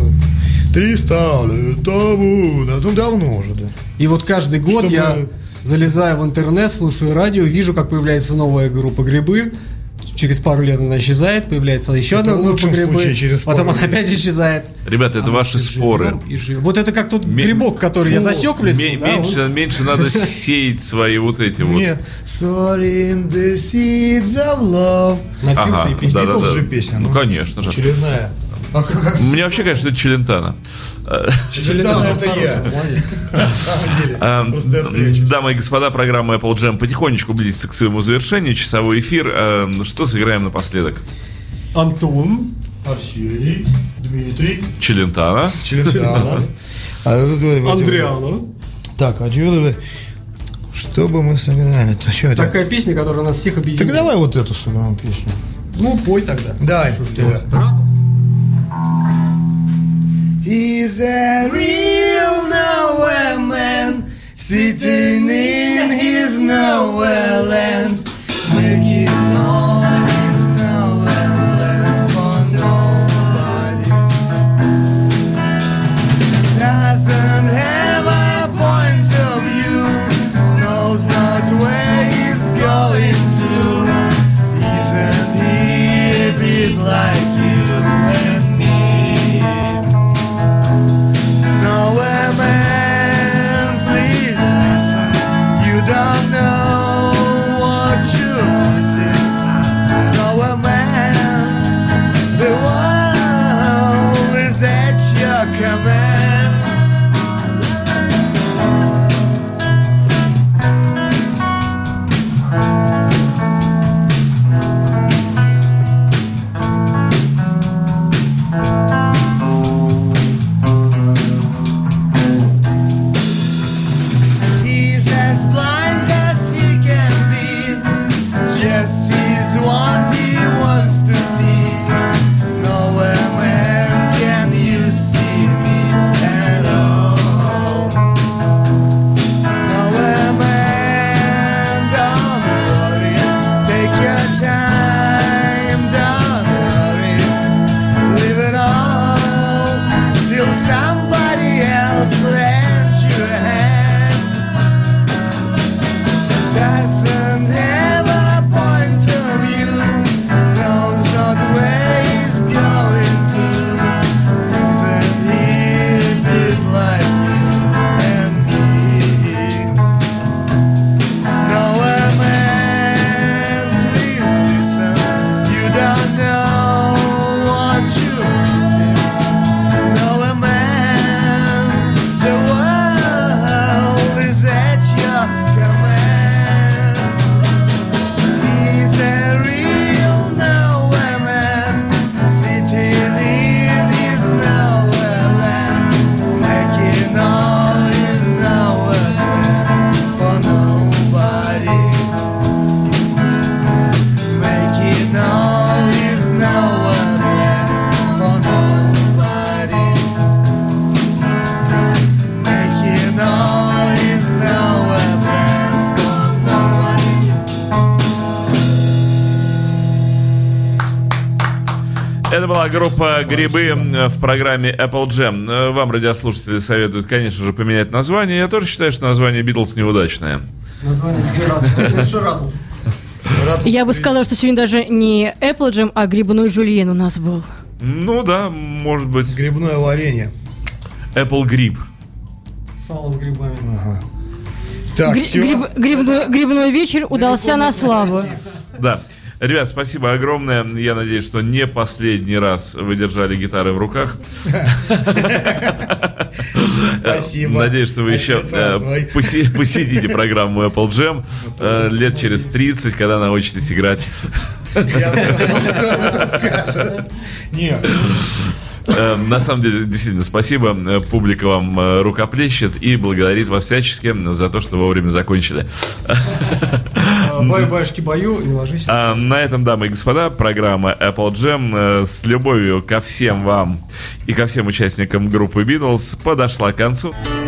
300 лет тому, давно уже, да. И вот каждый год Чтобы- я залезаю в интернет, слушаю радио, вижу, как появляется новая группа «Грибы». Через пару лет она исчезает, появляется еще Это одна в группа лучшем «Грибы», случае через потом пару она лет. опять исчезает. Ребята, это А мы ваши все споры. живем и живем. Вот это как тот Ме- грибок, который я Фу. засек в лесу. да, он- Меньше надо сеять свои вот эти вот. Нет. Sorry in the seeds of love. Напился и пиздец. да. Beatles же песня, Ну, ну. конечно же. Очередная. А как Мне вообще кажется, что это Челентано. Челентано это я. Молодец. На самом деле. Просто я прячу. Дамы и господа, программа Apple Jam потихонечку близится к своему завершению. Часовой эфир. Что сыграем напоследок? Антон. Арсений, Дмитрий, Челентано. Челентано. Андриано. Так, а что бы мы сыграли-то? Что это? Такая песня, которая нас всех объединяет. Так давай вот эту сыграем песню. Ну, пой тогда. Давай. He's a real nowhere man, sitting in his nowhere land, making all his nowhere plans for nobody. Doesn't have a point of view, knows not where he's going to. Isn't he a bit like you and me? Nowhere man, please listen. You don't know what you're missing. Nowhere man, the world is at your command. He's as blind as he can be, just sees what he wants to see. Nowhere man, can you see me была группа «Грибы» в программе Apple Jam. Вам, радиослушатели, советуют, конечно же, поменять название. Я тоже считаю, что название «Битлз» неудачное. Название Ратлс. Я бы сказала, что сегодня даже не Apple Jam, а грибной жульен у нас был. Ну да, может быть. Грибное варенье. Apple Гриб. Сало с грибами. Так, все. Грибной вечер удался на славу. Да. Ребят, спасибо огромное. Я надеюсь, что не последний раз вы держали гитары в руках. Спасибо. Надеюсь, что вы еще посетите программу Apple Jam лет через 30, когда научитесь играть. Я думал, что это скажет. Нет. На самом деле, действительно, спасибо. Публика вам рукоплещет и благодарит вас всячески за то, что вовремя закончили. Баю-баюшки баю, не ложись. На этом, дамы и господа, программа Apple Jam с любовью ко всем вам и ко всем участникам группы Beatles подошла к концу.